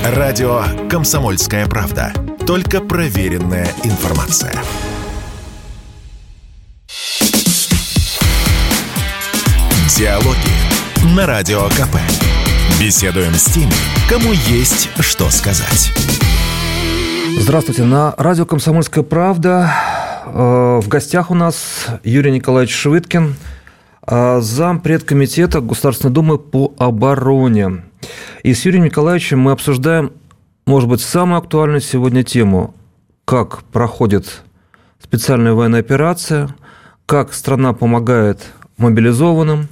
Радио «Комсомольская правда». Только проверенная информация. Диалоги на Радио КП. Беседуем с теми, кому есть что сказать. Здравствуйте. На радио «Комсомольская правда» в гостях у нас Юрий Николаевич Швыдкин, зампред комитета Государственной Думы по обороне. И с Юрием Николаевичем мы обсуждаем, может быть, самую актуальную сегодня тему: как проходит специальная военная операция, как страна помогает мобилизованным,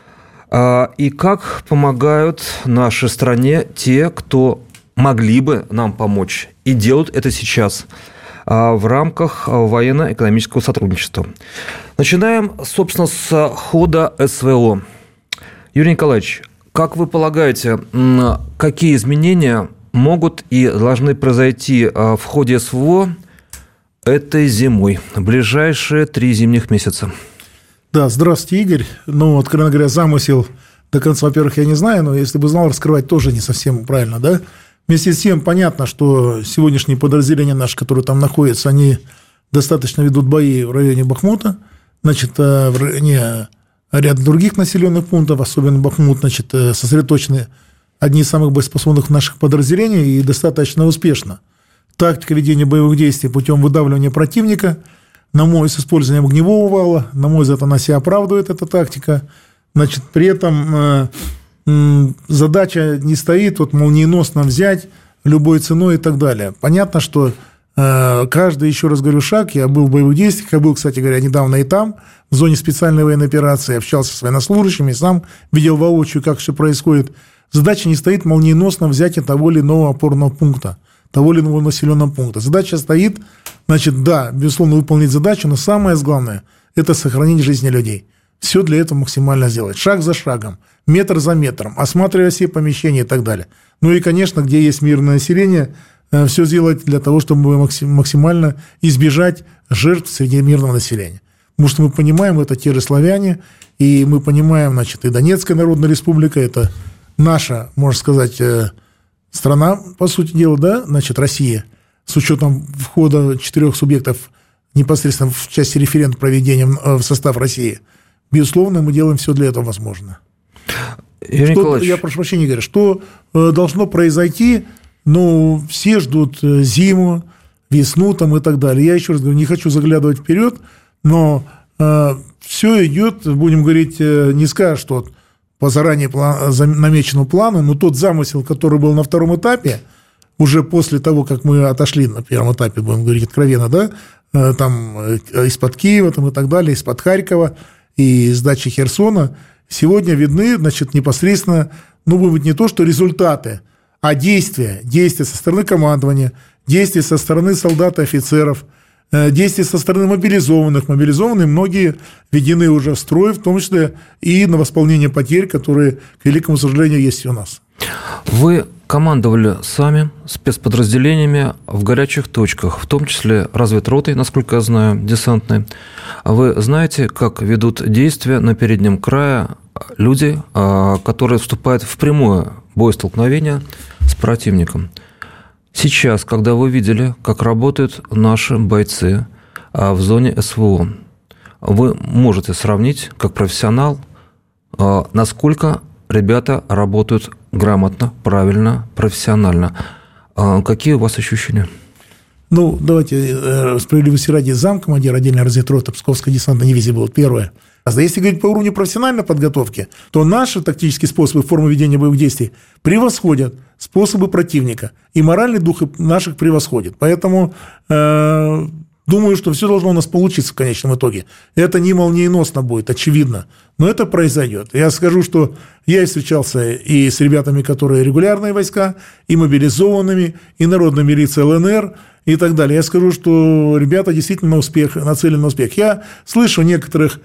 и как помогают нашей стране те, кто могли бы нам помочь и делают это сейчас в рамках военно-экономического сотрудничества. Начинаем, собственно, с хода СВО. Юрий Николаевич, как вы полагаете, какие изменения могут и должны произойти в ходе СВО этой зимой, в ближайшие 3 зимних месяца? Да, здравствуйте, Игорь. Откровенно говоря, замысел до конца, во-первых, я не знаю, но если бы знал, раскрывать тоже не совсем правильно, да? Вместе с тем, понятно, что сегодняшние подразделения наши, которые там находятся, они достаточно ведут бои в районе Бахмута, в районе ряда других населенных пунктов, особенно Бахмут, сосредоточены одни из самых боеспособных наших подразделений и достаточно успешно. Тактика ведения боевых действий путем выдавливания противника, на мой взгляд, с использованием огневого вала, на мой взгляд, она себя оправдывает, эта тактика. При этом задача не стоит молниеносно взять любой ценой и так далее. Понятно, что каждый, еще раз говорю, шаг, я был в боевых действиях, я был, кстати говоря, недавно и там, в зоне специальной военной операции, общался с военнослужащими, сам видел воочию, как все происходит. Задача не стоит молниеносно взятие того или иного опорного пункта, того или иного населенного пункта. Задача стоит, безусловно, выполнить задачу, но самое главное – это сохранить жизни людей. Все для этого максимально сделать. Шаг за шагом, метр за метром, осматривая все помещения и так далее. И, конечно, где есть мирное население, все сделать для того, чтобы максимально избежать жертв среди мирного населения. Потому что мы понимаем, это те же славяне, и мы понимаем, и Донецкая Народная Республика, это наша, можно сказать, страна, по сути дела, да, Россия, с учетом входа 4 субъектов непосредственно в части референдума проведения в состав России. Безусловно, мы делаем все для этого возможное. Я прошу прощения, Игорь, что должно произойти? Все ждут зиму, весну и так далее. Я еще раз говорю, не хочу заглядывать вперед, но все идет, будем говорить, не скажешь, что по заранее намеченному плану, но тот замысел, который был на втором этапе, уже после того, как мы отошли на первом этапе, будем говорить откровенно, да, там из-под Киева и так далее, из-под Харькова и сдачи Херсона, сегодня видны, непосредственно, будем говорить, не то, что результаты, а действия со стороны командования, действия со стороны солдат и офицеров, действия со стороны мобилизованных. Мобилизованные многие введены уже в строй, в том числе и на восполнение потерь, которые, к великому сожалению, есть и у нас. Вы командовали сами спецподразделениями в горячих точках, в том числе разведротой, насколько я знаю, десантной. Вы знаете, как ведут действия на переднем крае люди, которые вступают в прямое боестолкновение с противником. Сейчас, когда вы видели, как работают наши бойцы в зоне СВО, вы можете сравнить, как профессионал, насколько ребята работают грамотно, правильно, профессионально. Какие у вас ощущения? Давайте справедливости ради, замкомандир отдельной разведроты Псковской десантной дивизии был первое. Если говорить по уровню профессиональной подготовки, то наши тактические способы формы ведения боевых действий превосходят способы противника, и моральный дух наших превосходит. Поэтому думаю, что все должно у нас получиться в конечном итоге. Это не молниеносно будет, очевидно, но это произойдет. Я скажу, что я и встречался и с ребятами, которые регулярные войска, и мобилизованными, и народной милицией ЛНР, и так далее. Я скажу, что ребята действительно на успех, нацелены на успех. Я слышу некоторых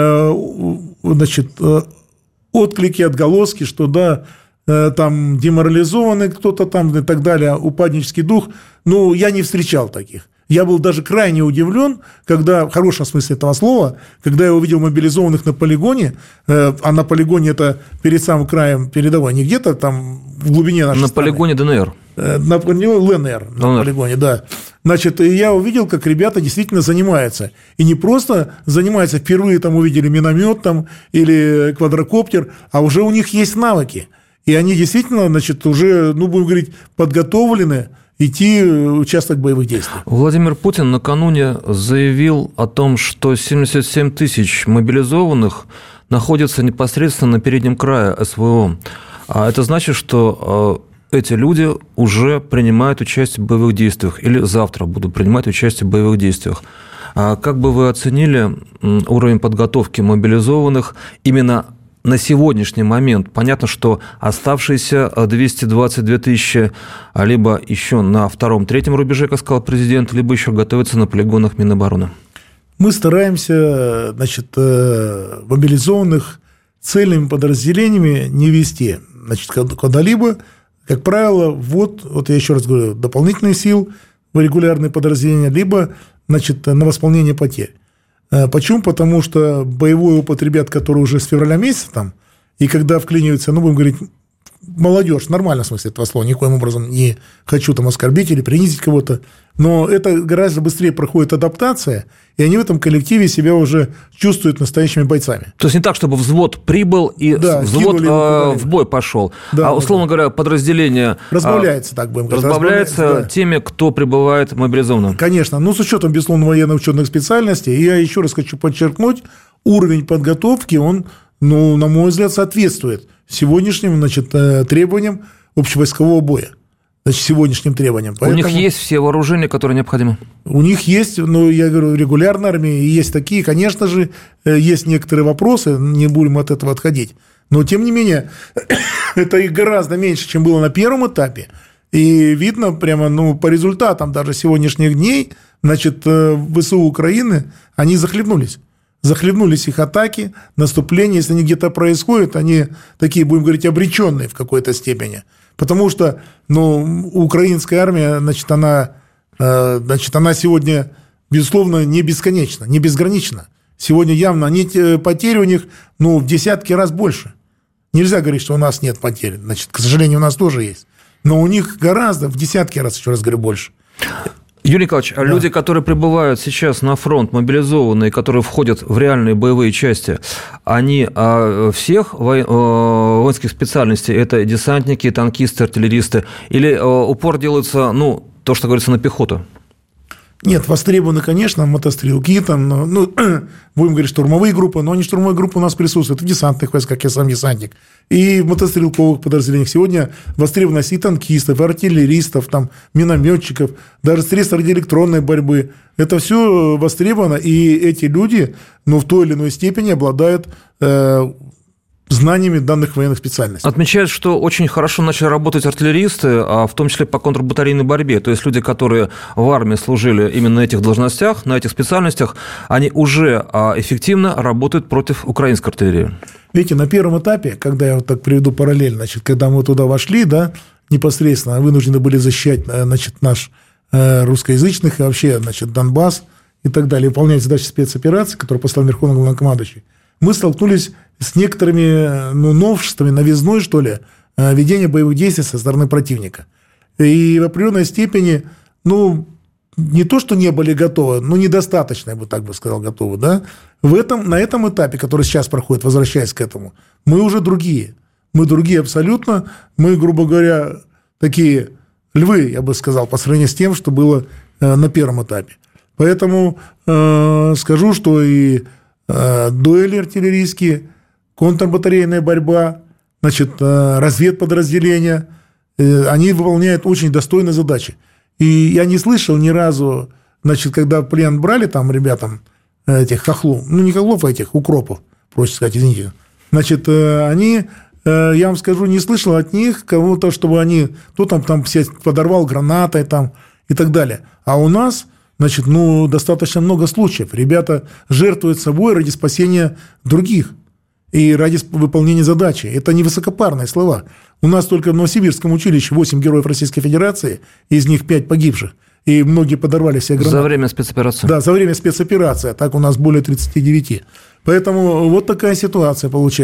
отклики, отголоски, что да, там деморализованный кто-то там и так далее, упаднический дух. Я не встречал таких. Я был даже крайне удивлен, когда, в хорошем смысле этого слова, когда я увидел мобилизованных на полигоне, а на полигоне это перед самым краем передовой, не где-то там в глубине нашей страны. На полигоне ДНР. на ЛНР, на полигоне, да. Значит, я увидел, как ребята действительно занимаются. И не просто занимаются, впервые там увидели миномет там, или квадрокоптер, а уже у них есть навыки. И они действительно, значит, уже, ну, будем говорить, подготовлены идти участвовать в боевых действиях. Владимир Путин накануне заявил о том, что 77 тысяч мобилизованных находятся непосредственно на переднем крае СВО. А это значит, что эти люди уже принимают участие в боевых действиях или завтра будут принимать участие в боевых действиях. А как бы вы оценили уровень подготовки мобилизованных именно на сегодняшний момент? Понятно, что оставшиеся 222 тысячи либо еще на втором-третьем рубеже, как сказал президент, либо еще готовятся на полигонах Минобороны. Мы стараемся, значит, мобилизованных цельными подразделениями не вести, значит, куда-либо. Как правило, вот я еще раз говорю, дополнительные силы в регулярные подразделения, либо, значит, на восполнение потерь. Почему? Потому что боевой опыт ребят, которые уже с февраля месяца там, и когда вклиниваются, ну, будем говорить, молодежь, в нормальном смысле этого слова, никоим образом не хочу там оскорбить или принизить кого-то, но это гораздо быстрее проходит адаптация, и они в этом коллективе себя уже чувствуют настоящими бойцами. То есть не так, чтобы взвод прибыл и взвод в бой пошел, а, условно говоря, подразделение разбавляется, так будем говорить. Разбавляется теми, кто прибывает мобилизованным. Конечно, ну, с учетом, безусловно, военно-учетных специальностей, и я еще раз хочу подчеркнуть, уровень подготовки, он, ну, на мой взгляд, соответствует сегодняшним, значит, требованиям общевойскового боя. Значит, сегодняшним требованиям. Поэтому у них есть все вооружения, которые необходимы? У них есть, ну, я говорю, регулярная армия, и есть такие, конечно же, есть некоторые вопросы, не будем от этого отходить. Но, тем не менее, это их гораздо меньше, чем было на первом этапе. И видно прямо, ну, по результатам даже сегодняшних дней, значит, ВСУ Украины, они захлебнулись. Захлебнулись их атаки, наступления. Если они где-то происходят, они такие, будем говорить, обреченные в какой-то степени. Потому что, ну, украинская армия, значит, она сегодня, безусловно, не бесконечна, не безгранична. Сегодня явно потери у них, ну, в десятки раз больше. Нельзя говорить, что у нас нет потерь. Значит, к сожалению, у нас тоже есть. Но у них гораздо, в десятки раз, еще раз говорю, больше. Юрий Николаевич, а люди, которые прибывают сейчас на фронт, мобилизованные, которые входят в реальные боевые части, они всех воинских специальностей, это десантники, танкисты, артиллеристы, или упор делается, ну, то, что говорится, на пехоту? Нет, востребованы, конечно, мотострелки, там, ну, будем говорить, штурмовые группы, но не штурмовые группы у нас присутствуют в десантных войсках, я сам десантник, и в мотострелковых подразделениях. Сегодня востребованность и танкистов, и артиллеристов, там, минометчиков, даже средств радиоэлектронной борьбы. Это все востребовано, и эти люди, ну, в той или иной степени обладают знаниями данных военных специальностей. Отмечают, что очень хорошо начали работать артиллеристы, в том числе по контрбатарейной борьбе. То есть люди, которые в армии служили именно на этих должностях, на этих специальностях, они уже эффективно работают против украинской артиллерии. Видите, на первом этапе, когда я вот так приведу параллель, значит, когда мы туда вошли, да, непосредственно вынуждены были защищать, значит, наш русскоязычных и вообще, значит, Донбасс и так далее, выполнять задачи спецоперации, которые поставил Верховный Главнокомандующий, мы столкнулись с некоторыми, ну, новшествами, новизной, что ли, ведения боевых действий со стороны противника. И в определенной степени, ну, не то, что не были готовы, но недостаточно, я бы так бы сказал, готовы, да. На этом этапе, который сейчас проходит, возвращаясь к этому, мы уже другие. Мы другие абсолютно. Мы, грубо говоря, такие львы, я бы сказал, по сравнению с тем, что было на первом этапе. Поэтому скажу, что и дуэли артиллерийские, контрбатарейная борьба, значит, разведподразделения, они выполняют очень достойные задачи. И я не слышал ни разу, значит, когда в плен брали там ребятам этих хохлов, ну, не хохлов, а этих укропов, проще сказать, извините, значит, они, я вам скажу, не слышал от них кого-то, чтобы они, кто там все подорвал гранатой там и так далее. А у нас, значит, ну, достаточно много случаев. Ребята жертвуют собой ради спасения других и ради выполнения задачи. Это не высокопарные слова. У нас только в Новосибирском училище 8 героев Российской Федерации, из них 5 погибших. И многие подорвали все гранаты. За время спецоперации. Да, за время спецоперации. А так у нас более 39. Поэтому вот такая ситуация получается.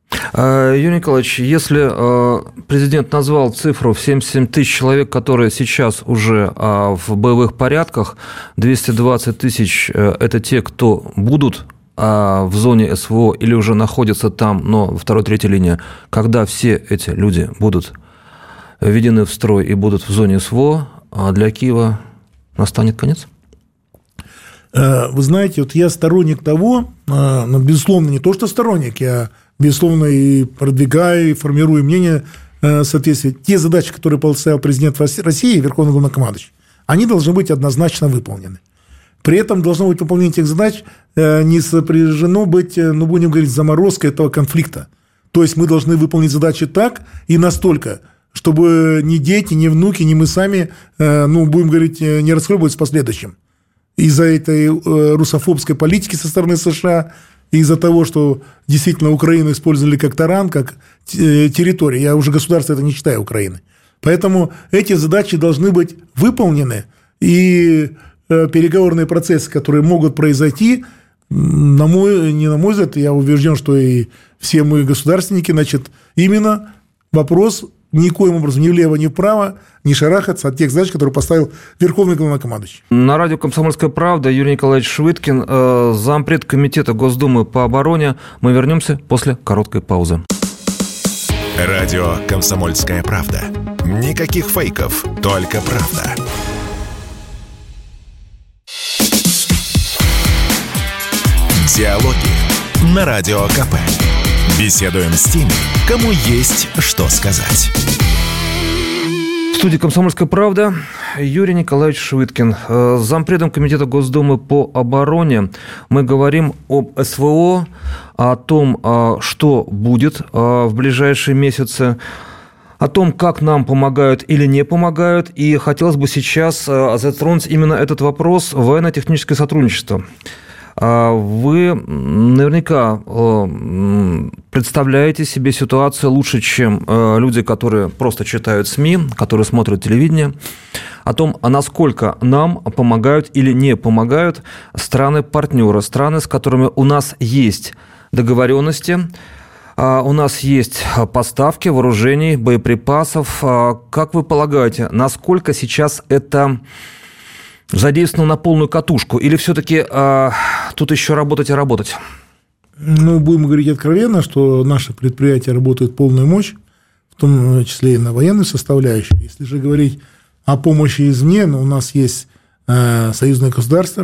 Юрий Николаевич, если президент назвал цифру в 77 тысяч человек, которые сейчас уже в боевых порядках, 220 тысяч – это те, кто будут в зоне СВО или уже находятся там, но во второй, третьей линии, когда все эти люди будут введены в строй и будут в зоне СВО, для Киева настанет конец? Вы знаете, вот я сторонник того, безусловно, не то что сторонник, я, безусловно, и продвигаю, и формирую мнение в соответствии. Те задачи, которые поставил президент России, Верховный Главнокомандующий, они должны быть однозначно выполнены. При этом должно быть выполнение этих задач не сопряжено быть, ну, будем говорить, заморозкой этого конфликта. То есть мы должны выполнить задачи так и настолько, чтобы ни дети, ни внуки, ни мы сами, ну, будем говорить, не расхлебывать в последующем. Из-за этой русофобской политики со стороны США, из-за того, что действительно Украину использовали как таран, как территорию. Я уже государство это не считаю Украиной. Поэтому эти задачи должны быть выполнены, и переговорные процессы, которые могут произойти, не на мой взгляд, я убежден, что и все мы государственники, значит, именно вопрос никоим образом ни влево, ни вправо не шарахаться от тех задач, которые поставил Верховный Главнокомандующий. На радио «Комсомольская правда» Юрий Николаевич Швыдкин, зампред комитета Госдумы по обороне. Мы вернемся после короткой паузы. Радио «Комсомольская правда». Никаких фейков, только правда. Диалоги на Радио КП. Беседуем с теми, кому есть что сказать. В студии «Комсомольская правда» Юрий Николаевич Швыдкин, зампредом комитета Госдумы по обороне. Мы говорим об СВО, о том, что будет в ближайшие месяцы, о том, как нам помогают или не помогают. И хотелось бы сейчас затронуть именно этот вопрос – военно-техническое сотрудничество. Вы наверняка представляете себе ситуацию лучше, чем люди, которые просто читают СМИ, которые смотрят телевидение, о том, насколько нам помогают или не помогают страны-партнеры, страны, с которыми у нас есть договоренности, у нас есть поставки вооружений, боеприпасов. Как вы полагаете, насколько сейчас это задействовано на полную катушку? Или все-таки тут еще работать и работать? Ну, будем говорить откровенно, что наши предприятия работают в полную мощь, в том числе и на военной составляющей. Если же говорить о помощи извне, у нас есть союзное государство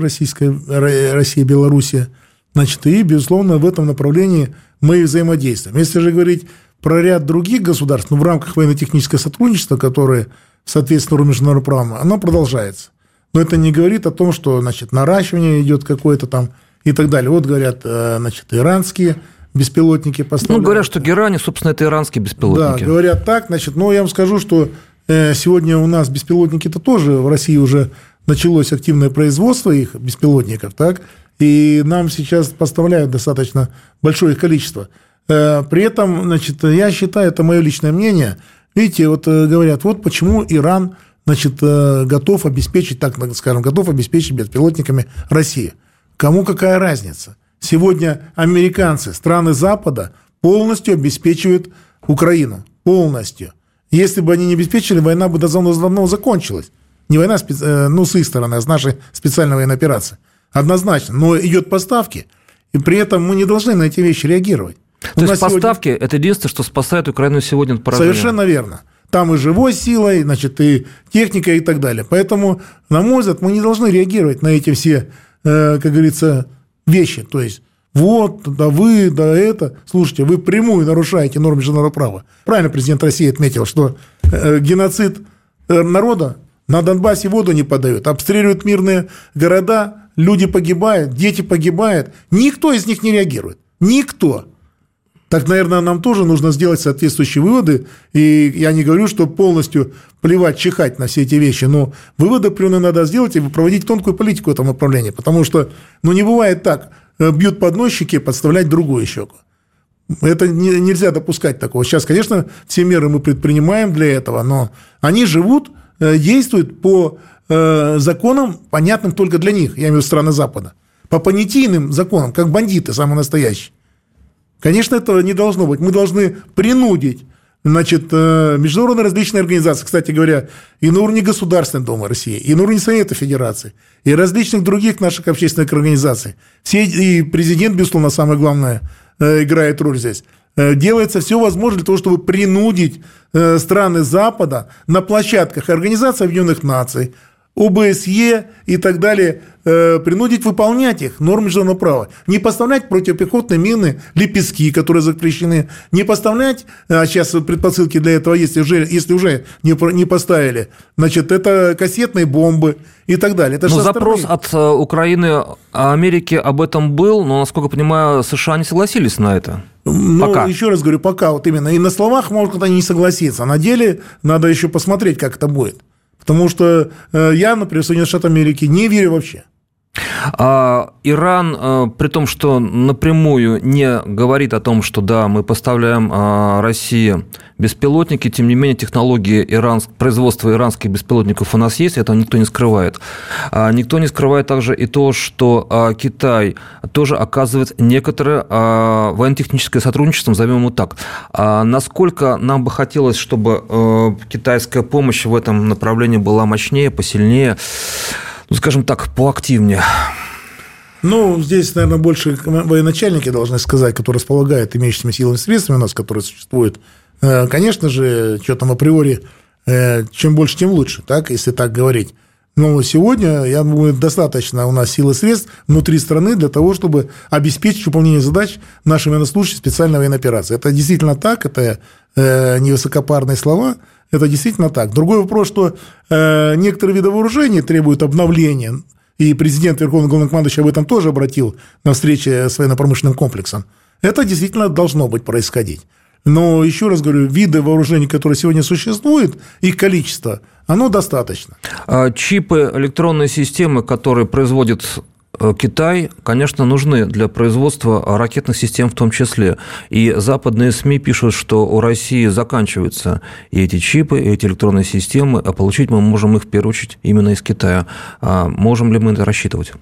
Россия, Белоруссия, значит, и, безусловно, в этом направлении мы и взаимодействуем. Если же говорить про ряд других государств, в рамках военно-технического сотрудничества, которое, соответственно, международного права, оно продолжается. Но это не говорит о том, что, значит, наращивание идет какое-то там и так далее. Вот говорят, значит, иранские беспилотники поставляют. Ну, говорят, что Герани, собственно, это иранские беспилотники. Да, говорят так. Значит, но я вам скажу, что сегодня у нас беспилотники-то тоже в России уже началось активное производство их беспилотников, так? И нам сейчас поставляют достаточно большое их количество. При этом, значит, я считаю, это мое личное мнение, видите, вот говорят, вот почему Иран, значит, готов обеспечить, так скажем, готов обеспечить беспилотниками Россию. Кому какая разница? Сегодня американцы, страны Запада полностью обеспечивают Украину. Полностью. Если бы они не обеспечили, война бы давно закончилась. Не война с их стороны, а с нашей специальной военной операции. Однозначно. Но идет поставки, и при этом мы не должны на эти вещи реагировать. То есть поставки – это единственное, что спасает Украину сегодня от поражения? Совершенно верно. Там и живой силой, значит, и техникой и так далее. Поэтому, на мой взгляд, мы не должны реагировать на эти все, как говорится, вещи. То есть, вот, да вы, да это. Слушайте, вы прямую нарушаете нормы международного права. Правильно президент России отметил, что геноцид народа на Донбассе воду не подают, обстреливают мирные города, люди погибают, дети погибают. Никто из них не реагирует. Никто. Так, наверное, нам тоже нужно сделать соответствующие выводы. И я не говорю, что полностью плевать, чихать на все эти вещи, но выводы определенные надо сделать и проводить тонкую политику в этом направлении. Потому что, ну, не бывает так, бьют по одной щеке, подставлять другую щеку. Это нельзя допускать такого. Сейчас, конечно, все меры мы предпринимаем для этого, но они живут, действуют по законам, понятным только для них, я имею в виду страны Запада. По понятийным законам, как бандиты самые настоящие. Конечно, этого не должно быть. Мы должны принудить, значит, международные различные организации, кстати говоря, и на уровне Государственной Думы России, и на уровне Совета Федерации, и различных других наших общественных организаций. Все, и президент, безусловно, самое главное, играет роль здесь. Делается все возможное для того, чтобы принудить страны Запада на площадках Организации Объединенных Наций, ОБСЕ и так далее, принудить выполнять их, нормы международного права. Не поставлять противопехотные мины, лепестки, которые запрещены, не поставлять, а сейчас предпосылки для этого есть, если уже не поставили, значит, это кассетные бомбы и так далее. Это запрос от Украины, Америки об этом был, но, насколько я понимаю, США не согласились на это. Пока. Еще раз говорю, пока вот именно. И на словах могут они не согласиться, а на деле надо еще посмотреть, как это будет. Потому что я, например, в Соединенные Штаты Америки не верю вообще. Иран, при том, что напрямую не говорит о том, что да, мы поставляем России беспилотники, тем не менее технологии производства иранских беспилотников у нас есть, этого никто не скрывает. Никто не скрывает также и то, что Китай тоже оказывает некоторое военно-техническое сотрудничество, назовем его так. Насколько нам бы хотелось, чтобы китайская помощь в этом направлении была мощнее, посильнее, ну, скажем так, поактивнее? Здесь, наверное, больше военачальники должны сказать, которые располагают имеющимися силами и средствами у нас, которые существуют. Конечно же, что там априори, чем больше, тем лучше, так, если так говорить. Но сегодня, я думаю, достаточно у нас сил и средств внутри страны для того, чтобы обеспечить выполнение задач нашими военнослужащими специальной военной операции. Это действительно так, это не высокопарные слова, это действительно так. Другой вопрос, что некоторые виды вооружений требуют обновления, и президент Верховный Главнокомандующий об этом тоже обратил на встрече с военно-промышленным комплексом. Это действительно должно быть происходить. Но, еще раз говорю, виды вооружений, которые сегодня существуют, их количество, оно достаточно. Чипы, электронные системы, которые производит Китай, конечно, нужны для производства ракетных систем в том числе. И западные СМИ пишут, что у России заканчиваются и эти чипы, и эти электронные системы, а получить мы можем их, в первую очередь, именно из Китая. Можем ли мы это рассчитывать?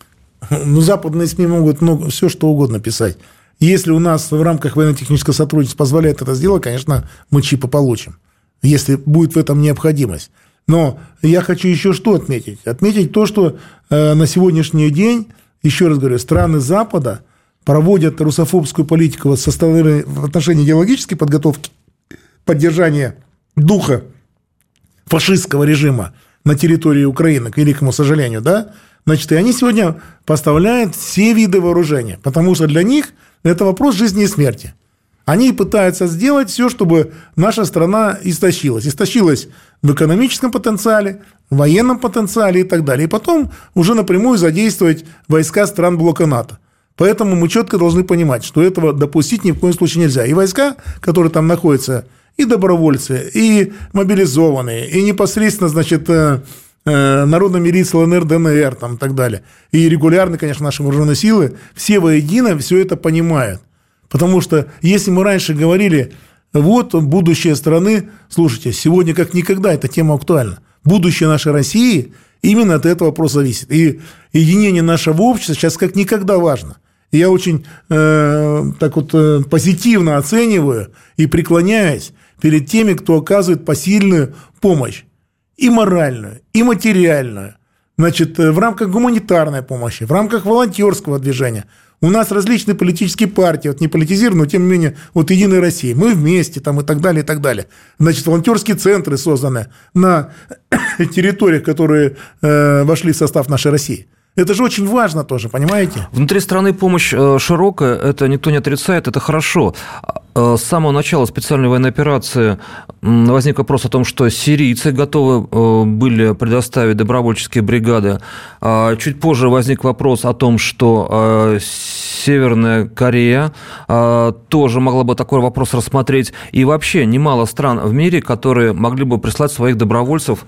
Западные СМИ могут все что угодно писать. Если у нас в рамках военно-технического сотрудничества позволяет это сделать, конечно, мы чипы получим, если будет в этом необходимость. Но я хочу еще что отметить? Отметить то, что на сегодняшний день, еще раз говорю, страны Запада проводят русофобскую политику в отношении идеологической подготовки, поддержания духа фашистского режима на территории Украины, к великому сожалению, да? Значит, и они сегодня поставляют все виды вооружения, потому что для них это вопрос жизни и смерти. Они пытаются сделать все, чтобы наша страна истощилась. Истощилась в экономическом потенциале, в военном потенциале и так далее. И потом уже напрямую задействовать войска стран блока НАТО. Поэтому мы четко должны понимать, что этого допустить ни в коем случае нельзя. И войска, которые там находятся, и добровольцы, и мобилизованные, и непосредственно, значит, народная милиция ЛНР, ДНР там, и так далее. И регулярно, конечно, наши вооруженные силы, все воедино все это понимают. Потому что если мы раньше говорили, вот будущее страны, слушайте, сегодня как никогда эта тема актуальна. Будущее нашей России именно от этого вопроса зависит. И единение нашего общества сейчас как никогда важно. И я очень позитивно оцениваю и преклоняюсь перед теми, кто оказывает посильную помощь. И моральную, и материальную. Значит, в рамках гуманитарной помощи, в рамках волонтерского движения. У нас различные политические партии, не политизированные, но тем не менее, «Единая Россия», мы вместе там, и так далее, и так далее. Значит, волонтерские центры созданы на территориях, которые вошли в состав нашей России. Это же очень важно тоже, понимаете? Внутри страны помощь широкая, это никто не отрицает, это хорошо. С самого начала специальной военной операции возник вопрос о том, что сирийцы готовы были предоставить добровольческие бригады. Чуть позже возник вопрос о том, что Северная Корея тоже могла бы такой вопрос рассмотреть. И вообще немало стран в мире, которые могли бы прислать своих добровольцев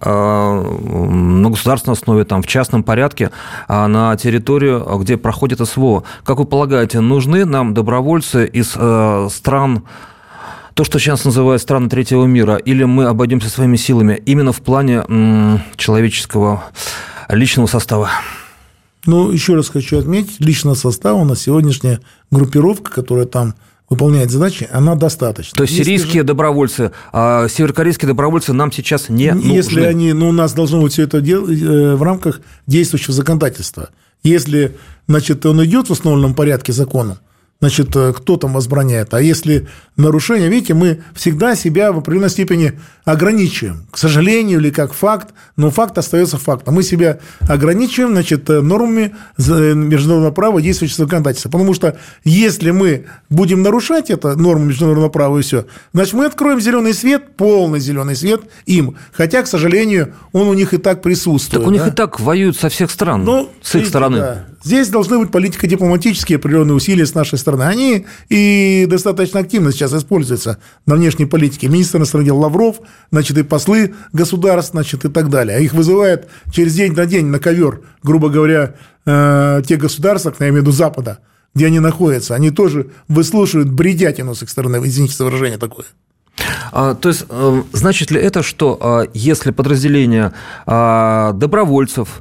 на государственной основе, в частном порядке на территорию, где проходит СВО. Как вы полагаете, нужны нам добровольцы из стран, то, что сейчас называют страны третьего мира, или мы обойдемся своими силами именно в плане человеческого личного состава? Ну, еще раз хочу отметить, личного состава у нас сегодняшняя группировка, которая там выполняет задачи, она достаточна. То есть сирийские добровольцы, северокорейские добровольцы нам сейчас не нужны? Если они, у нас должно быть все это в рамках действующего законодательства. Если, значит, он идет в установленном порядке законом, значит, кто там возбраняет? А если нарушение, видите, мы всегда себя в определенной степени ограничиваем. К сожалению, или как факт, но факт остается фактом. Мы себя ограничиваем, значит, нормами международного права действующего законодательства. Потому что если мы будем нарушать это, нормы международного права и все, значит, мы откроем зеленый свет, полный зеленый свет им. Хотя, к сожалению, он у них и так присутствует. Так у них и так воюют со всех стран, с их стороны. Да. Здесь должны быть политико-дипломатические определенные усилия с нашей стороны. Они и достаточно активно сейчас используются на внешней политике. Министр иностранных дел Лавров, значит, и послы государств, значит, и так далее. А их вызывают через день на день на ковер, грубо говоря, те государства, я имею в виду Запада, где они находятся. Они тоже выслушивают бредятину с их стороны, извините за выражение такое. То есть, значит ли это, что если подразделения добровольцев,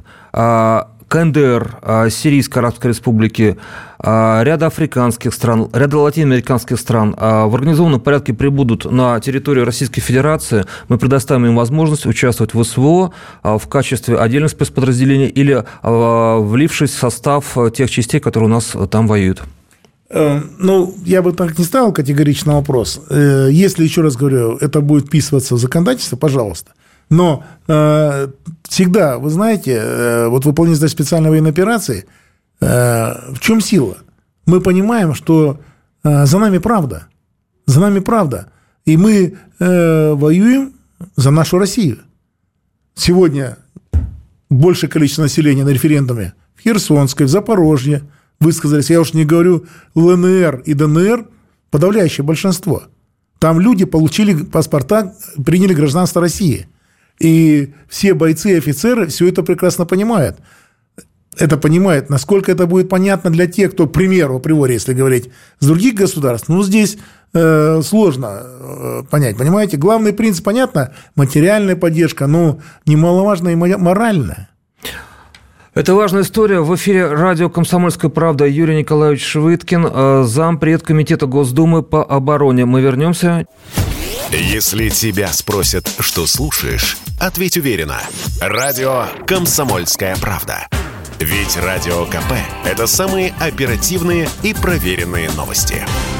КНДР, Сирийской Арабской Республики, ряда африканских стран, ряда латиноамериканских стран в организованном порядке прибудут на территорию Российской Федерации, мы предоставим им возможность участвовать в СВО в качестве отдельных спецподразделений или влившись в состав тех частей, которые у нас там воюют? Ну, я бы так не ставил категорично вопрос. Если, еще раз говорю, это будет вписываться в законодательство, пожалуйста. Но всегда, вы знаете, вот выполнение задачи специальной военной операции, в чем сила? Мы понимаем, что за нами правда. За нами правда. И мы воюем за нашу Россию. Сегодня большее количество населения на референдуме в Херсонской, в Запорожье высказались. Я уж не говорю ЛНР и ДНР, подавляющее большинство. Там люди получили паспорта, приняли гражданство России. И все бойцы и офицеры все это прекрасно понимают. Это понимают. Насколько это будет понятно для тех, кто, к примеру, априори, если говорить, с других государств, здесь сложно понять, понимаете? Главный принцип, понятно, материальная поддержка, но немаловажно и моральная. Это важная история. В эфире радио «Комсомольская правда» Юрий Николаевич Швыдкин, зампред комитета Госдумы по обороне. Мы вернемся. Если тебя спросят, что слушаешь, ответь уверенно. Радио «Комсомольская правда». Ведь Радио КП – это самые оперативные и проверенные новости.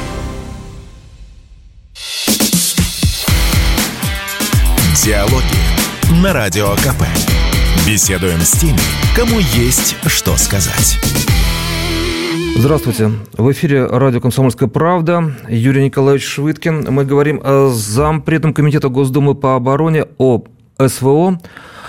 Диалоги на Радио КП. Беседуем с теми, кому есть что сказать. Здравствуйте. В эфире радио «Комсомольская правда». Юрий Николаевич Швыдкин. Мы говорим с зампредом комитета Госдумы по обороне о СВО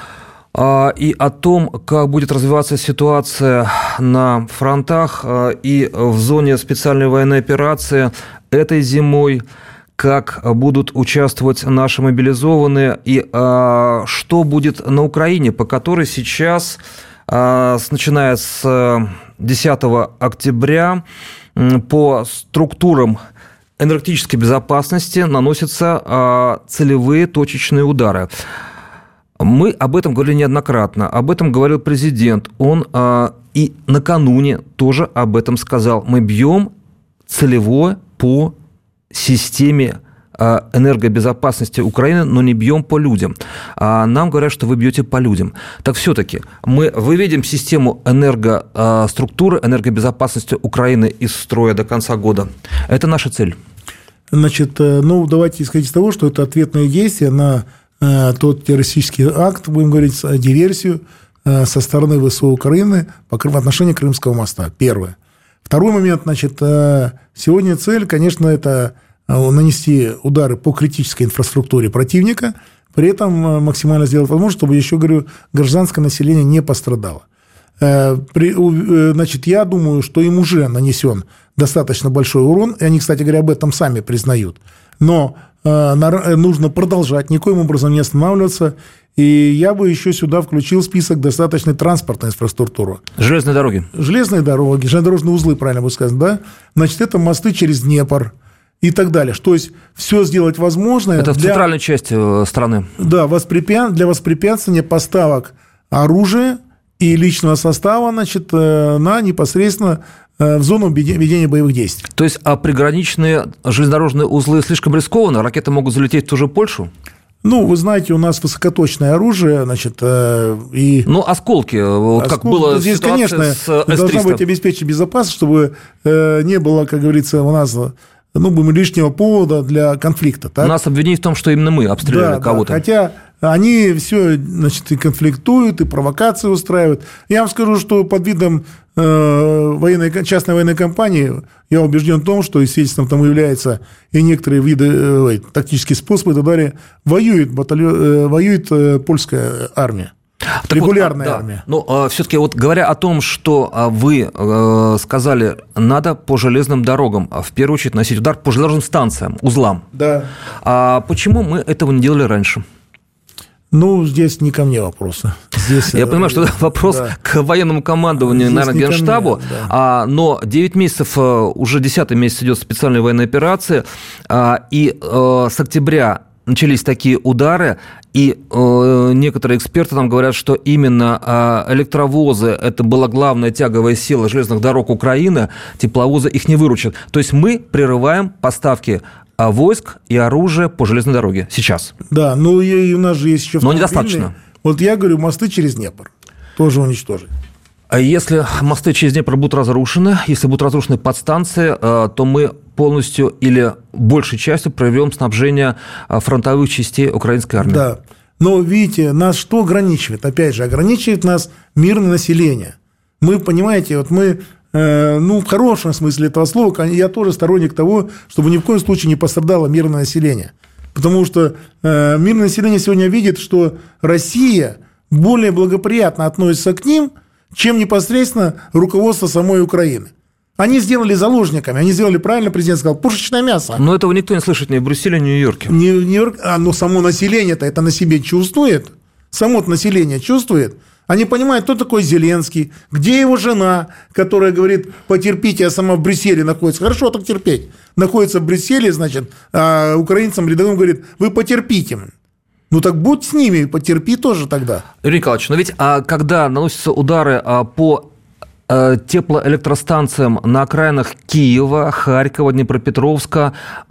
и о том, как будет развиваться ситуация на фронтах и в зоне специальной военной операции этой зимой, как будут участвовать наши мобилизованные и что будет на Украине, по которой сейчас, начиная с 10 октября, по структурам энергетической безопасности наносятся целевые точечные удары. Мы об этом говорили неоднократно, об этом говорил президент. Он и накануне тоже об этом сказал. Мы бьем целево по системе энергобезопасности Украины, но не бьем по людям. Нам говорят, что вы бьете по людям. Так все-таки мы выведем систему энергоструктуры, энергобезопасности Украины из строя до конца года. Это наша цель. Значит, давайте исходить из того, что это ответные действия на тот террористический акт, будем говорить, диверсию со стороны ВСУ Украины в отношении Крымского моста. Первое. Второй момент, значит, сегодня цель, конечно, это нанести удары по критической инфраструктуре противника, при этом максимально сделать возможность, чтобы, еще говорю, гражданское население не пострадало. Значит, я думаю, что им уже нанесен достаточно большой урон, и они, кстати говоря, об этом сами признают. Но нужно продолжать, никоим образом не останавливаться, и я бы еще сюда включил список достаточной транспортной инфраструктуры. Железные дороги. Железные дороги, железнодорожные узлы, правильно будет сказано, да? Значит, это мосты через Днепр и так далее. То есть, все сделать возможное... Это в центральной части страны. Да, для воспрепятствования поставок оружия и личного состава, значит, на непосредственно в зону ведения боевых действий. То есть, а приграничные железнодорожные узлы слишком рискованно? Ракеты могут залететь в ту же Польшу? Ну, вы знаете, у нас высокоточное оружие, значит, и... Ну, осколки, вот как было здесь, конечно, с должна быть обеспечена безопасность, чтобы не было, как говорится, у нас... будем лишнего повода для конфликта. Так? Нас обвинить в том, что именно мы обстреляли кого-то. Да, хотя они все, значит, и конфликтуют, и провокации устраивают. Я вам скажу, что под видом частной военной компании я убежден в том, что, естественно, там являются и некоторые виды тактические способы, и так далее, воюет польская армия. Так регулярная вот, армия. Но все-таки вот говоря о том, что вы сказали, надо по железным дорогам в первую очередь носить удар по железнодорожным станциям, узлам. Да. А почему мы этого не делали раньше? Ну, здесь не ко мне вопросы. Я понимаю, что это вопрос к военному командованию, здесь, наверное, Генштабу, но 9 месяцев, уже 10-й месяц идет специальная военная операция, и с октября начались такие удары, и некоторые эксперты нам говорят, что именно электровозы – это была главная тяговая сила железных дорог Украины, тепловозы их не выручат. То есть мы прерываем поставки войск и оружия по железной дороге сейчас. Да, ну и у нас же есть еще... Но недостаточно. Вот я говорю, мосты через Днепр тоже уничтожить. А если мосты через Днепр будут разрушены, если будут разрушены подстанции, то мы полностью или большей частью прервем снабжение фронтовых частей украинской армии. Да. Но, видите, нас что ограничивает? Опять же, ограничивает нас мирное население. Мы, понимаете, вот мы, в хорошем смысле этого слова, я тоже сторонник того, чтобы ни в коем случае не пострадало мирное население. Потому что мирное население сегодня видит, что Россия более благоприятно относится к ним, чем непосредственно руководство самой Украины. Они сделали заложниками, они сделали, правильно президент сказал, пушечное мясо. Но этого никто не слышит ни в Брюсселе, ни в Нью-Йорке. Но само население-то это на себе чувствует. Само население чувствует. Они понимают, кто такой Зеленский, где его жена, которая говорит, потерпите, а сама в Брюсселе находится. Хорошо так терпеть. Находится в Брюсселе, значит, а украинцам рядовым говорит, вы потерпите. Ну так будь с ними, потерпи тоже тогда. Юрий Николаевич, но ведь когда наносятся удары по теплоэлектростанциям на окраинах Киева, Харькова, Днепропетровска,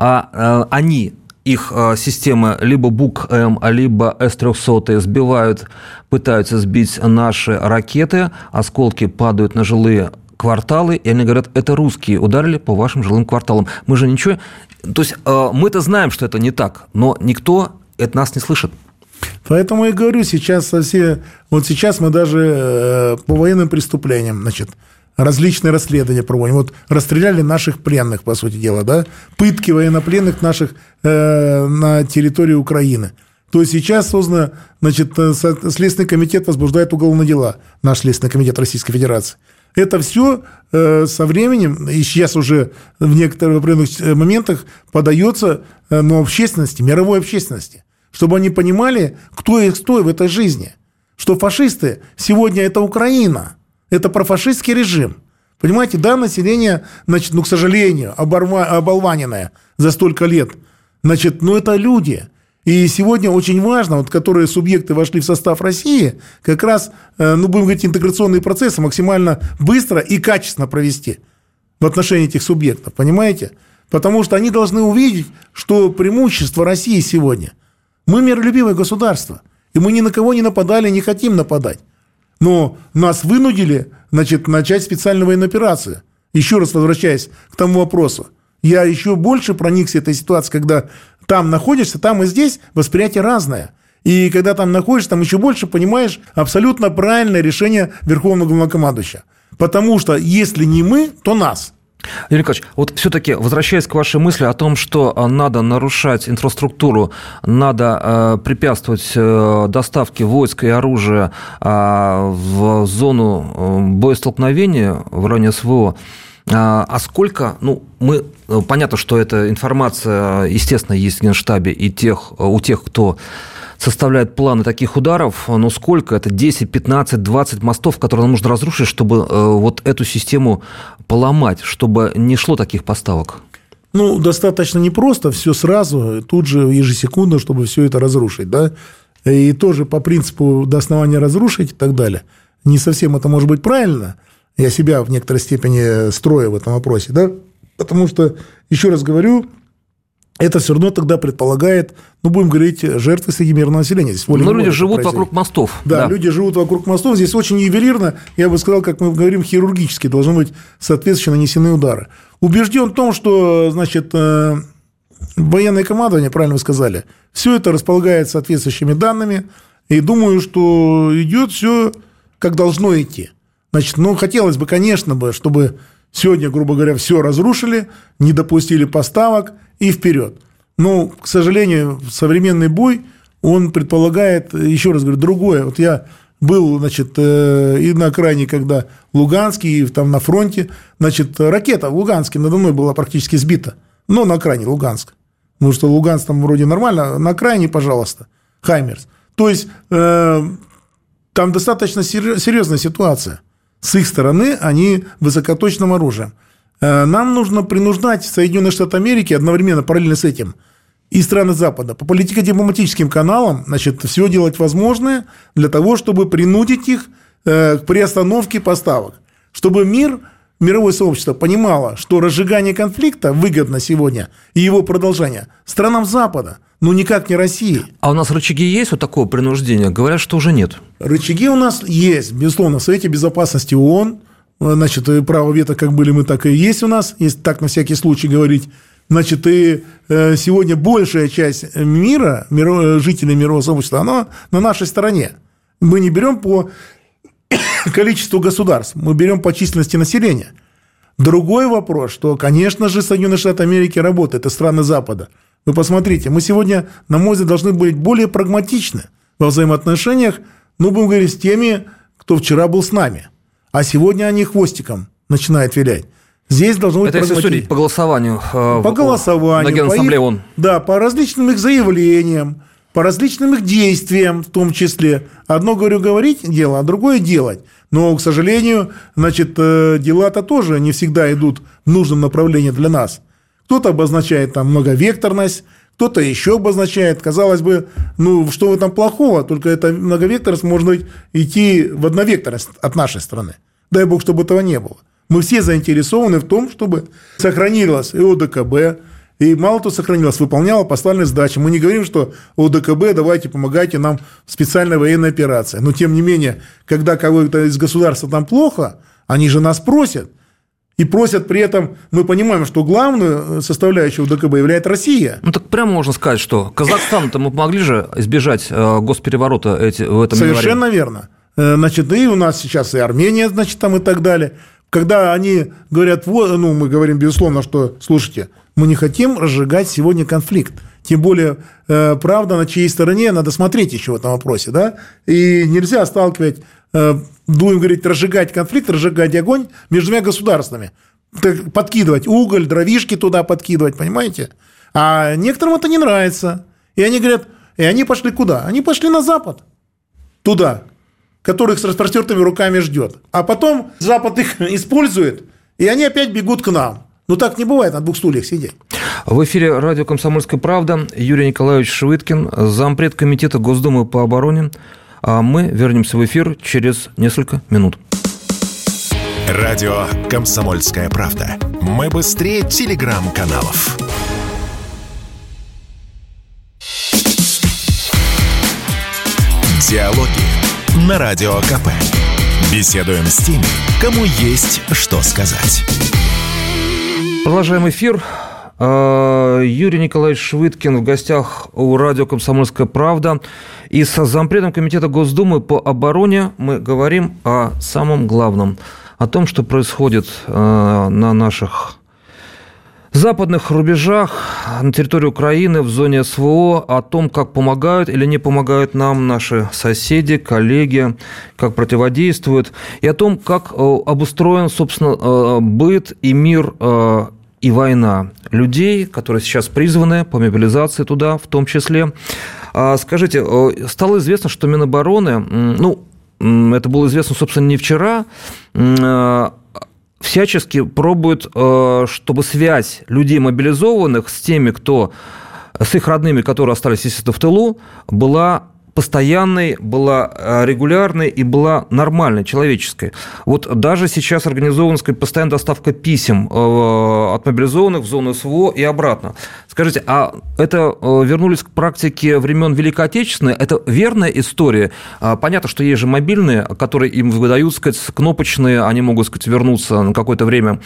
их системы либо БУК-М, либо С-300 сбивают, пытаются сбить наши ракеты, осколки падают на жилые кварталы, и они говорят, это русские ударили по вашим жилым кварталам. Мы же ничего... То есть мы-то знаем, что это не так, но никто это нас не слышит. Поэтому я говорю, сейчас сейчас мы даже по военным преступлениям, значит, различные расследования проводим. Вот расстреляли наших пленных, по сути дела, да, пытки военнопленных наших на территории Украины. То есть сейчас создано, значит, Следственный комитет возбуждает уголовные дела, наш Следственный комитет Российской Федерации. Это все со временем, и сейчас уже в некоторых определенных моментах подается общественности, мировой общественности, чтобы они понимали, кто их стоит в этой жизни. Что фашисты сегодня – это Украина, это профашистский режим. Понимаете, да, население, значит, к сожалению, оболваненное за столько лет, значит, это люди. И сегодня очень важно, которые субъекты вошли в состав России, как раз, будем говорить, интеграционные процессы максимально быстро и качественно провести в отношении этих субъектов, понимаете? Потому что они должны увидеть, что преимущество России сегодня – мы миролюбивое государство, и мы ни на кого не нападали, не хотим нападать. Но нас вынудили, значит, начать специальную военную операцию. Еще раз возвращаясь к тому вопросу. Я еще больше проникся этой ситуацией, когда там находишься, там и здесь восприятие разное. И когда там находишься, там еще больше понимаешь абсолютно правильное решение Верховного Главнокомандующего. Потому что если не мы, то нас. Юрий Николаевич, вот все-таки, возвращаясь к вашей мысли о том, что надо нарушать инфраструктуру, надо препятствовать доставке войск и оружия в зону боестолкновения в районе СВО, а сколько, понятно, что эта информация, естественно, есть в Генштабе и у тех, кто составляет планы таких ударов, но сколько это, 10, 15, 20 мостов, которые нам нужно разрушить, чтобы вот эту систему поломать, чтобы не шло таких поставок? Достаточно непросто, все сразу, тут же ежесекундно, чтобы все это разрушить, да, и тоже по принципу до основания разрушить и так далее. не совсем это может быть правильно. Я себя в некоторой степени строю в этом вопросе, да, потому что, еще раз говорю, это все равно тогда предполагает, будем говорить, жертвы среди мирного населения. Здесь люди живут вокруг мостов. Да, люди живут вокруг мостов. Здесь очень ювелирно, я бы сказал, как мы говорим, хирургически должны быть соответственно нанесены удары. Убежден в том, что, значит, военное командование, правильно вы сказали, все это располагает соответствующими данными, и думаю, что идет все как должно идти. Значит, хотелось бы, конечно, чтобы сегодня, грубо говоря, все разрушили, не допустили поставок и вперед. Но, к сожалению, современный бой, он предполагает, еще раз говорю, другое. Вот я был, значит, и на окраине, когда Луганский, и там на фронте, значит, ракета в Луганске надо мной была практически сбита. Но на окраине Луганска. Потому что Луганск там вроде нормально, на окраине, пожалуйста, Хаймерс. То есть, там достаточно серьезная ситуация. С их стороны они высокоточным оружием. Нам нужно принуждать Соединенные Штаты Америки одновременно, параллельно с этим, и страны Запада по политико-дипломатическим каналам, значит, все делать возможное для того, чтобы принудить их к приостановке поставок. Чтобы мировое сообщество понимало, что разжигание конфликта выгодно сегодня и его продолжение странам Запада, но никак не России. А у нас рычаги есть вот такого принуждения? Говорят, что уже нет. Рычаги у нас есть, безусловно, в Совете Безопасности ООН. Значит, право вето как были мы, так и есть у нас, если так на всякий случай говорить. Значит, и сегодня большая часть мира, жителей мирового сообщества, она на нашей стороне. Мы не берем по количеству государств, мы берем по численности населения. Другой вопрос, что, конечно же, Соединенные Штаты Америки работают, это страны Запада. Вы посмотрите, мы сегодня, на мой взгляд, должны быть более прагматичны во взаимоотношениях, будем говорить, с теми, кто вчера был с нами. А сегодня они хвостиком начинают вилять. Здесь должно быть прагматично. Это если судить по голосованию. По голосованию. На Генассамблее ООН. Да, по различным их заявлениям, по различным их действиям в том числе. Одно, говорю, говорить дело, а другое делать. Но, к сожалению, значит, дела-то тоже не всегда идут в нужном направлении для нас. Кто-то обозначает там многовекторность, кто-то еще обозначает. Казалось бы, что в этом плохого? Только эта многовекторность может идти в одновекторность от нашей страны. Дай бог, чтобы этого не было. Мы все заинтересованы в том, чтобы сохранилось и ОДКБ, и мало того сохранилось, выполняло поставленные задачи. Мы не говорим, что ОДКБ, давайте помогайте нам в специальной военной операции. Но, тем не менее, когда кого-то из государства там плохо, они же нас просят. И просят при этом, мы понимаем, что главную составляющую ОДКБ является Россия. Так прямо можно сказать, что Казахстану-то мы помогли же избежать госпереворота в этом январе. Совершенно верно. Значит, и у нас сейчас и Армения, значит, там и так далее. Когда они говорят, мы говорим, безусловно, что, слушайте, мы не хотим разжигать сегодня конфликт. Тем более, правда, на чьей стороне, надо смотреть еще в этом вопросе, да? И нельзя сталкивать, будем говорить, разжигать конфликт, разжигать огонь между двумя государствами. Подкидывать уголь, дровишки туда подкидывать, понимаете? А некоторым это не нравится. И они говорят, и они пошли куда? Они пошли на Запад, туда, который их с распростертыми руками ждет. А потом Запад их использует, и они опять бегут к нам. Так не бывает на двух стульях сидеть. В эфире радио «Комсомольская правда». Юрий Николаевич Швыдкин, зампред комитета Госдумы по обороне. А мы вернемся в эфир через несколько минут. Радио «Комсомольская правда». Мы быстрее телеграм-каналов. Диалоги на Радио КП. Беседуем с теми, кому есть что сказать. Продолжаем эфир. Юрий Николаевич Швыдкин в гостях у радио «Комсомольская правда». И с зампредом комитета Госдумы по обороне мы говорим о самом главном. О том, что происходит на наших западных рубежах, на территории Украины, в зоне СВО, о том, как помогают или не помогают нам наши соседи, коллеги, как противодействуют, и о том, как обустроен, собственно, быт и мир и война людей, которые сейчас призваны по мобилизации туда, в том числе. Скажите, стало известно, что Минобороны, это было известно, собственно, не вчера, всячески пробуют, чтобы связь людей мобилизованных с теми, с их родными, которые остались, естественно, в тылу, была постоянной, была регулярной и была нормальной, человеческой. Вот даже сейчас организована, сказать, постоянная доставка писем от мобилизованных в зону СВО и обратно. Скажите, а это вернулись к практике времен Великой Отечественной? Это верная история? Понятно, что есть же мобильные, которые им выдают, сказать, кнопочные, они могут, сказать, вернуться на какое-то время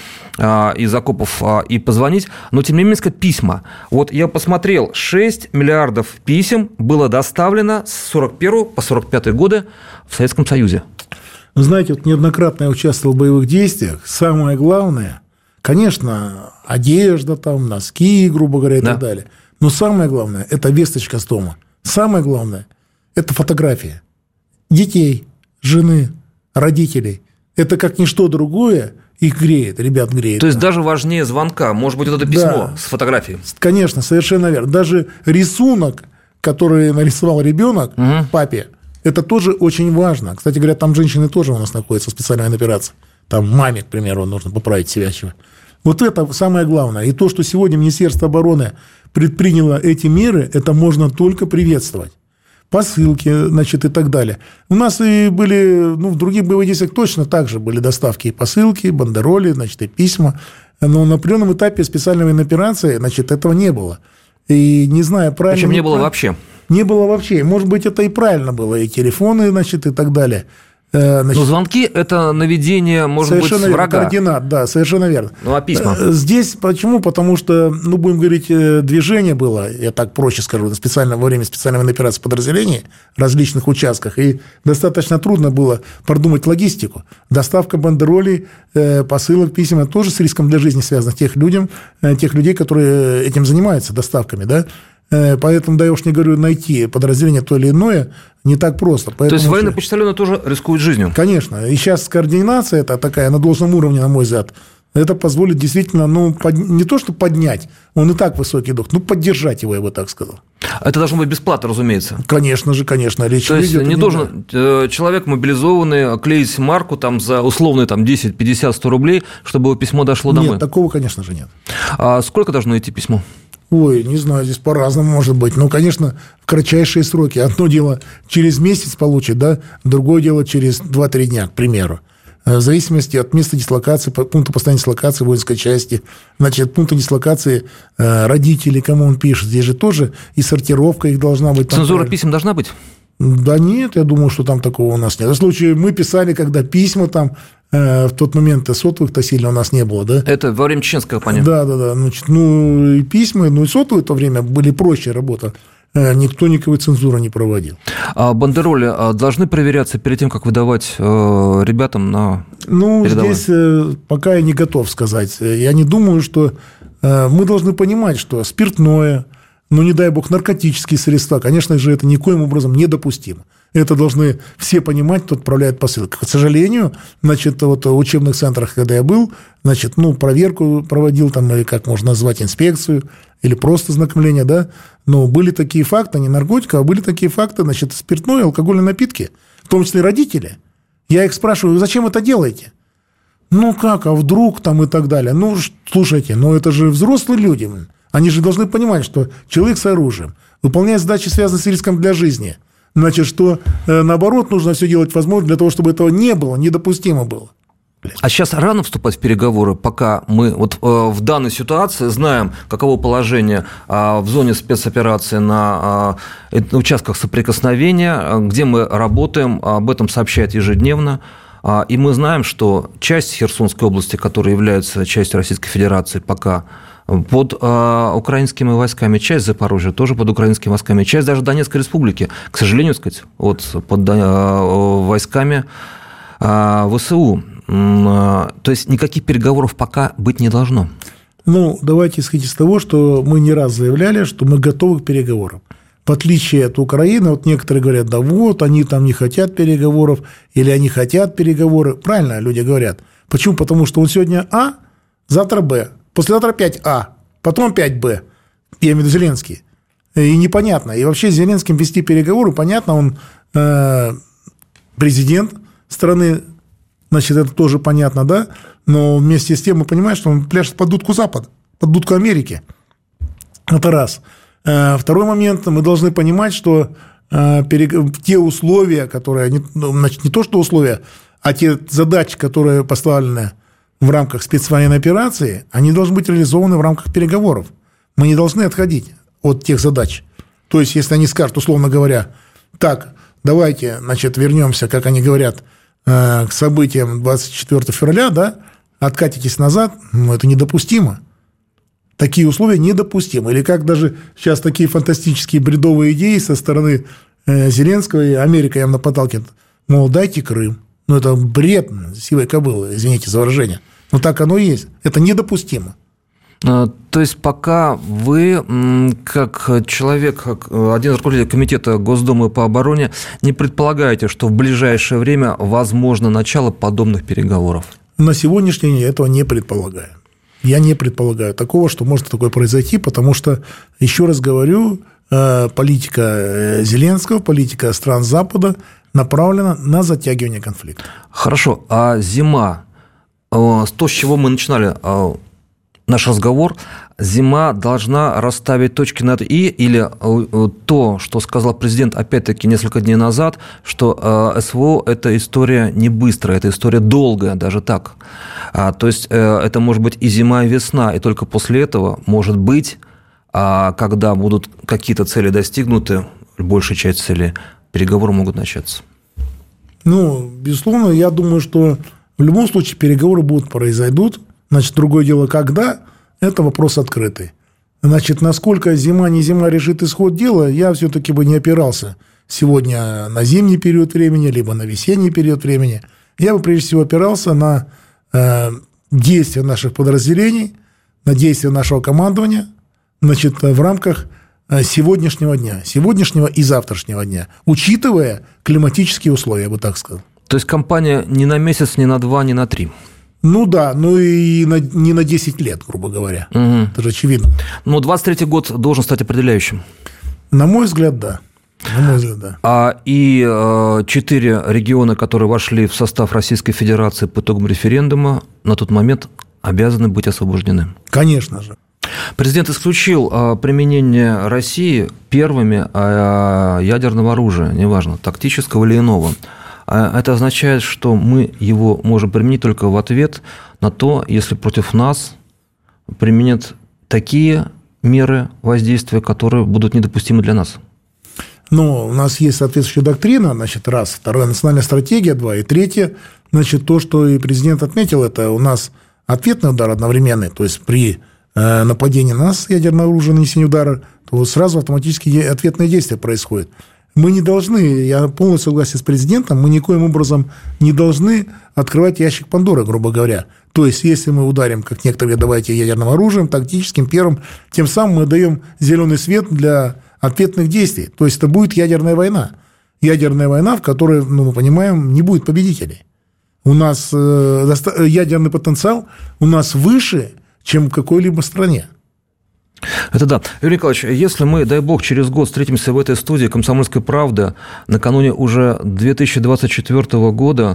из окопов и позвонить, но тем не менее, сказать, письма. Вот я посмотрел, 6 миллиардов писем было доставлено с 41 по 45 годы в Советском Союзе. Вы знаете, вот неоднократно я участвовал в боевых действиях. Самое главное, конечно, одежда, там, носки, грубо говоря, и так далее. Но самое главное – это весточка с дома. Самое главное – это фотография детей, жены, родителей. Это как ничто другое их греет, ребят греет. То есть даже важнее звонка, может быть, вот это письмо с фотографией. Конечно, совершенно верно. Даже рисунок, который нарисовал ребенок папе, это тоже очень важно. Кстати говоря, там женщины тоже у нас находятся в специальной операции. Там маме, к примеру, нужно поправить сидящего. Вот это самое главное. И то, что сегодня Министерство обороны предприняло эти меры, это можно только приветствовать. Посылки, значит, и так далее. У нас и были, в других боевых действиях точно так же были доставки и посылки, и бандероли, значит, и письма. Но на определенном этапе специальной военной операции, значит, этого не было. И не знаю, правильно... Причем не было вообще. Не было вообще. Может быть, это и правильно было. И телефоны, значит, и так далее. Значит, но звонки – это наведение, может быть, с врага. Координат, да, совершенно верно. Ну, а письма? Здесь почему? Потому что, будем говорить, движение было, я так проще скажу, во время специальной военной операции подразделений в различных участках, и достаточно трудно было продумать логистику. Доставка бандеролей, посылок, писем – это тоже с риском для жизни связано тех людей, которые этим занимаются, доставками, да. Поэтому, да, я уж не говорю, найти подразделение то или иное не так просто. Поэтому, то есть военные почтальоны тоже рискуют жизнью? Конечно. И сейчас координация это такая на должном уровне, на мой взгляд, это позволит действительно, не то что поднять, он и так высокий дух, поддержать его, я бы так сказал. Это должно быть бесплатно, разумеется. Конечно же, конечно. Речь то есть не должен человек мобилизованный клеить марку там, за условные 10, 50, 100 рублей, чтобы его письмо дошло домой? Нет, такого, конечно же, нет. А сколько должно идти письмо? Ой, не знаю, здесь по-разному может быть. Конечно, в кратчайшие сроки. Одно дело через месяц получит, да, другое дело через 2-3 дня, к примеру. В зависимости от места дислокации, пункта постоянной дислокации воинской части, значит, пункта дислокации родителей, кому он пишет. Здесь же тоже и сортировка их должна быть. Цензура писем должна быть? Да нет, я думаю, что там такого у нас нет. В случае мы писали, когда письма там в тот момент сотовых-то сильно у нас не было, да? Это во время чеченской кампании? Да. Значит, и письма, и сотовые в то время были проще работа. Никто никакой цензуры не проводил. А бандероли должны проверяться перед тем, как выдавать ребятам на передовые? Здесь пока я не готов сказать. Я не думаю, что мы должны понимать, что спиртное, не дай бог, наркотические средства, конечно же, это никоим образом недопустимо. Это должны все понимать, кто отправляет посылки. К сожалению, значит, в учебных центрах, когда я был, значит, проверку проводил, или как можно назвать, инспекцию, или просто знакомление, да, но были такие факты, не наркотика, а были такие факты, значит, спиртное, алкогольные напитки, в том числе родители. Я их спрашиваю, вы зачем это делаете? Как, а вдруг там и так далее. Слушайте, это же взрослые люди. Они же должны понимать, что человек с оружием выполняет задачи, связанные с риском для жизни. Значит, что наоборот нужно все делать возможно для того, чтобы этого не было, недопустимо было. А сейчас рано вступать в переговоры, пока мы в данной ситуации знаем, каково положение в зоне спецоперации на участках соприкосновения, где мы работаем, об этом сообщают ежедневно. И мы знаем, что часть Херсонской области, которая является частью Российской Федерации, пока под украинскими войсками, часть Запорожья тоже под украинскими войсками, часть даже Донецкой республики, к сожалению, под войсками ВСУ. То есть никаких переговоров пока быть не должно. Давайте исходить из того, что мы не раз заявляли, что мы готовы к переговорам. В отличие от Украины, некоторые говорят, они там не хотят переговоров, или они хотят переговоры. Правильно люди говорят. Почему? Потому что он сегодня А, завтра Б, послезавтра опять А, потом опять Б. Я имею в виду Зеленский. И непонятно. И вообще с Зеленским вести переговоры, понятно, он президент страны, значит, это тоже понятно, да? Но вместе с тем мы понимаем, что он пляшет под дудку Запада, под дудку Америки. Это раз. Второй момент. Мы должны понимать, что те условия, которые, значит, не то что условия, а те задачи, которые поставлены в рамках спецвоенной операции, они должны быть реализованы в рамках переговоров. Мы не должны отходить от тех задач. То есть, если они скажут, условно говоря, так, давайте, значит, вернемся, как они говорят, к событиям 24 февраля, да, откатитесь назад, это недопустимо. Такие условия недопустимы. Или как даже сейчас такие фантастические бредовые идеи со стороны Зеленского, и Америка явно подталкивает, мол, дайте Крым. Это бред сивой кобылы, извините за выражение. Но так оно и есть. Это недопустимо. То есть, пока вы, как человек, как один из руководителей комитета Госдумы по обороне, не предполагаете, что в ближайшее время возможно начало подобных переговоров? На сегодняшний день этого не предполагаю. Я не предполагаю такого, что может такое произойти, потому что, еще раз говорю, политика Зеленского, политика стран Запада направлена на затягивание конфликта. Хорошо, а зима, то, с чего мы начинали наш разговор, зима должна расставить точки над «и», или то, что сказал президент, опять-таки, несколько дней назад, что СВО – это история не быстрая, это история долгая, даже так. То есть, это может быть и зима, и весна, и только после этого, может быть, когда будут какие-то цели достигнуты, большая часть целей, переговоры могут начаться. Безусловно, я думаю, что в любом случае переговоры произойдут. Значит, другое дело, когда, это вопрос открытый. Значит, насколько зима, не зима решит исход дела, я все-таки бы не опирался сегодня на зимний период времени, либо на весенний период времени. Я бы, прежде всего, опирался на действия наших подразделений, на действия нашего командования, значит, в рамках сегодняшнего дня, сегодняшнего и завтрашнего дня, учитывая климатические условия, я бы так сказал. То есть, кампания не на месяц, не на 2, не на 3? Да, и не на 10 лет, грубо говоря. Угу. Это же очевидно. 23-й год должен стать определяющим? На мой взгляд, да. И 4 региона, которые вошли в состав Российской Федерации по итогам референдума, на тот момент обязаны быть освобождены? Конечно же. Президент исключил применение России первыми ядерного оружия, неважно, тактического или иного. Это означает, что мы его можем применить только в ответ на то, если против нас применят такие меры воздействия, которые будут недопустимы для нас. У нас есть соответствующая доктрина, значит, раз. Второе, национальная стратегия, 2. И третье, значит, то, что и президент отметил, это у нас ответный удар одновременный, то есть при нападении на нас ядерное оружие, нанесение удара, то сразу автоматически ответное действие происходит. Мы не должны, я полностью согласен с президентом, мы никоим образом не должны открывать ящик Пандоры, грубо говоря. То есть, если мы ударим, как некоторые, давайте ядерным оружием, тактическим, первым, тем самым мы даем зеленый свет для ответных действий. То есть, это будет ядерная война. Ядерная война, в которой, мы понимаем, не будет победителей. У нас ядерный потенциал у нас выше, чем в какой-либо стране. Это да. Юрий Николаевич, если мы, дай бог, через год встретимся в этой студии «Комсомольская правда», накануне уже 2024 года,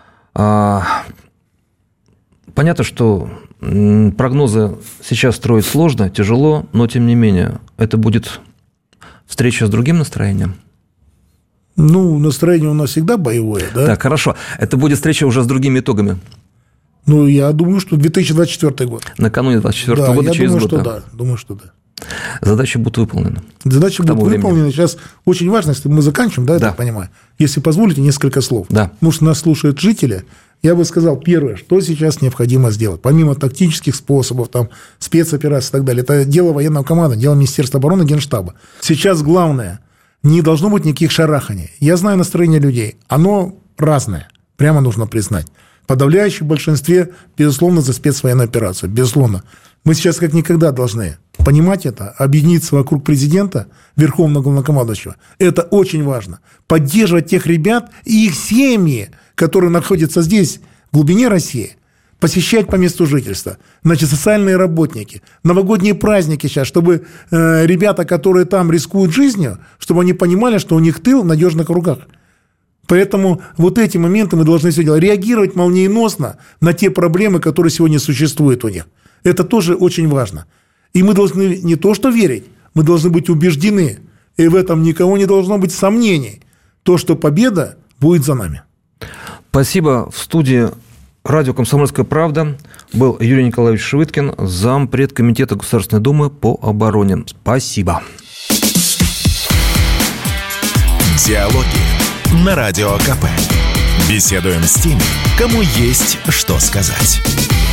понятно, что прогнозы сейчас строить сложно, тяжело, но, тем не менее, это будет встреча с другим настроением? Настроение у нас всегда боевое, да? Так, хорошо. Это будет встреча уже с другими итогами? Я думаю, что 2024 год. Накануне 2024 года, через год. Думаю, что да. Задачи будут выполнены. Задачи будут выполнены. Сейчас очень важно, если мы заканчиваем, да, я так понимаю. Если позволите, несколько слов. Да. Потому что нас слушают жители. Я бы сказал, первое, что сейчас необходимо сделать, помимо тактических способов, спецопераций и так далее, это дело военного командования, дело Министерства обороны, Генштаба. Сейчас главное, не должно быть никаких шараханий. Я знаю настроение людей. Оно разное, прямо нужно признать. В подавляющем большинстве, безусловно, за спецвоенную операцию. Безусловно. Мы сейчас как никогда должны понимать это, объединиться вокруг президента, верховного главнокомандующего. Это очень важно. Поддерживать тех ребят и их семьи, которые находятся здесь, в глубине России, посещать по месту жительства. Значит, социальные работники, новогодние праздники сейчас, чтобы ребята, которые там рискуют жизнью, чтобы они понимали, что у них тыл в надежных руках. Поэтому вот эти моменты мы должны все делать. Реагировать молниеносно на те проблемы, которые сегодня существуют у них. Это тоже очень важно. И мы должны не то что верить, мы должны быть убеждены И в этом никого не должно быть сомнений. То, что победа будет за нами. Спасибо. В студии радио «Комсомольская правда» был Юрий Николаевич Швыдкин, зампред Комитета Государственной Думы по обороне. Спасибо. Диалоги на Радио КП. Беседуем с теми, кому есть что сказать.